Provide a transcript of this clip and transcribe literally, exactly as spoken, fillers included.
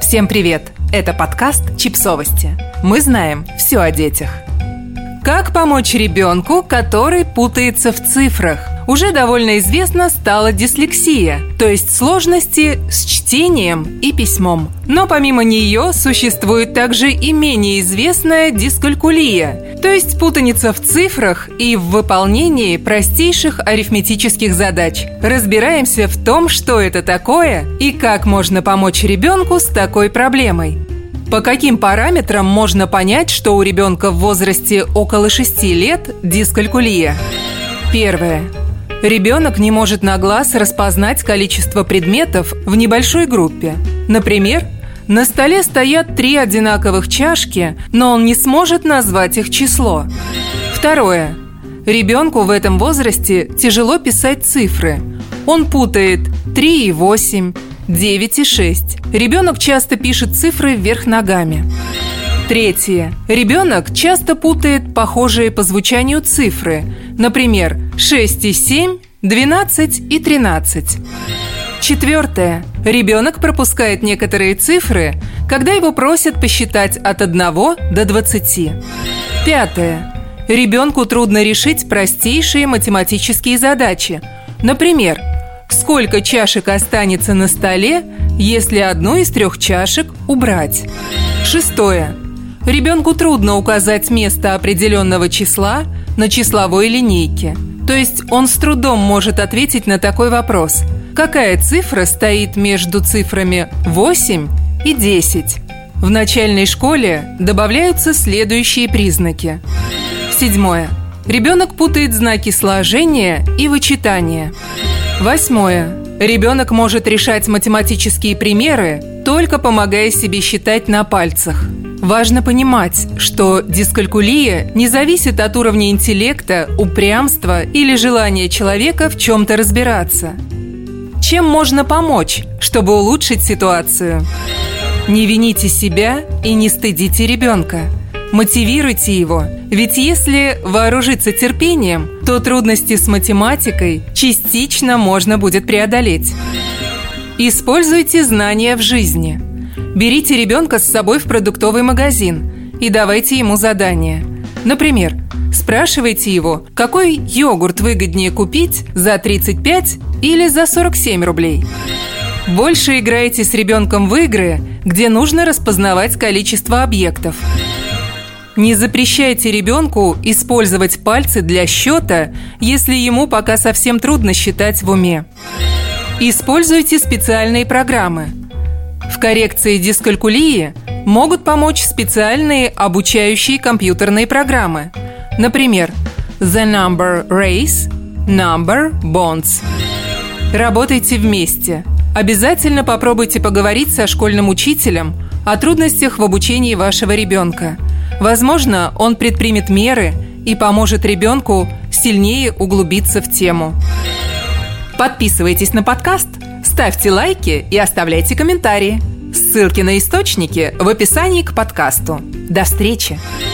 Всем привет! Это подкаст «Чипсовости». Мы знаем все о детях. Как помочь ребенку, который путается в цифрах? Уже довольно известно стала дислексия, то есть сложности с чтением и письмом. Но помимо нее существует также и менее известная дискалькулия, то есть путаница в цифрах и в выполнении простейших арифметических задач. Разбираемся в том, что это такое и как можно помочь ребенку с такой проблемой. По каким параметрам можно понять, что у ребенка в возрасте около шести лет дискалькулия? Первое. Ребенок не может на глаз распознать количество предметов в небольшой группе. Например, на столе стоят три одинаковых чашки, но он не сможет назвать их число. Второе. Ребенку в этом возрасте тяжело писать цифры. Он путает три и восемь, девять и шесть. Ребенок часто пишет цифры вверх ногами. Третье. Ребенок часто путает похожие по звучанию цифры. Например, шесть и семь, двенадцать и тринадцать. Четвертое. Ребенок пропускает некоторые цифры, когда его просят посчитать от одного до двадцати. Пятое. Ребенку трудно решить простейшие математические задачи. Например, сколько чашек останется на столе, если одну из трех чашек убрать? Шестое. Ребенку трудно указать место определенного числа на числовой линейке. То есть он с трудом может ответить на такой вопрос: какая цифра стоит между цифрами восемь и десять? В начальной школе добавляются следующие признаки. Седьмое. Ребенок путает знаки сложения и вычитания. Восьмое. Ребенок может решать математические примеры, только помогая себе считать на пальцах. Важно понимать, что дискалькулия не зависит от уровня интеллекта, упрямства или желания человека в чем-то разбираться. Чем можно помочь, чтобы улучшить ситуацию? Не вините себя и не стыдите ребенка. Мотивируйте его, ведь если вооружиться терпением, то трудности с математикой частично можно будет преодолеть. Используйте знания в жизни. Берите ребенка с собой в продуктовый магазин и давайте ему задания. Например, спрашивайте его, какой йогурт выгоднее купить за тридцать пять или за сорок семь рублей. Больше играйте с ребенком в игры, где нужно распознавать количество объектов. Не запрещайте ребенку использовать пальцы для счета, если ему пока совсем трудно считать в уме. Используйте специальные программы. В коррекции дискалькулии могут помочь специальные обучающие компьютерные программы. Например, The Number Race, Number Bonds. Работайте вместе. Обязательно попробуйте поговорить со школьным учителем о трудностях в обучении вашего ребенка. Возможно, он предпримет меры и поможет ребенку сильнее углубиться в тему. Подписывайтесь на подкаст, ставьте лайки и оставляйте комментарии. Ссылки на источники в описании к подкасту. До встречи!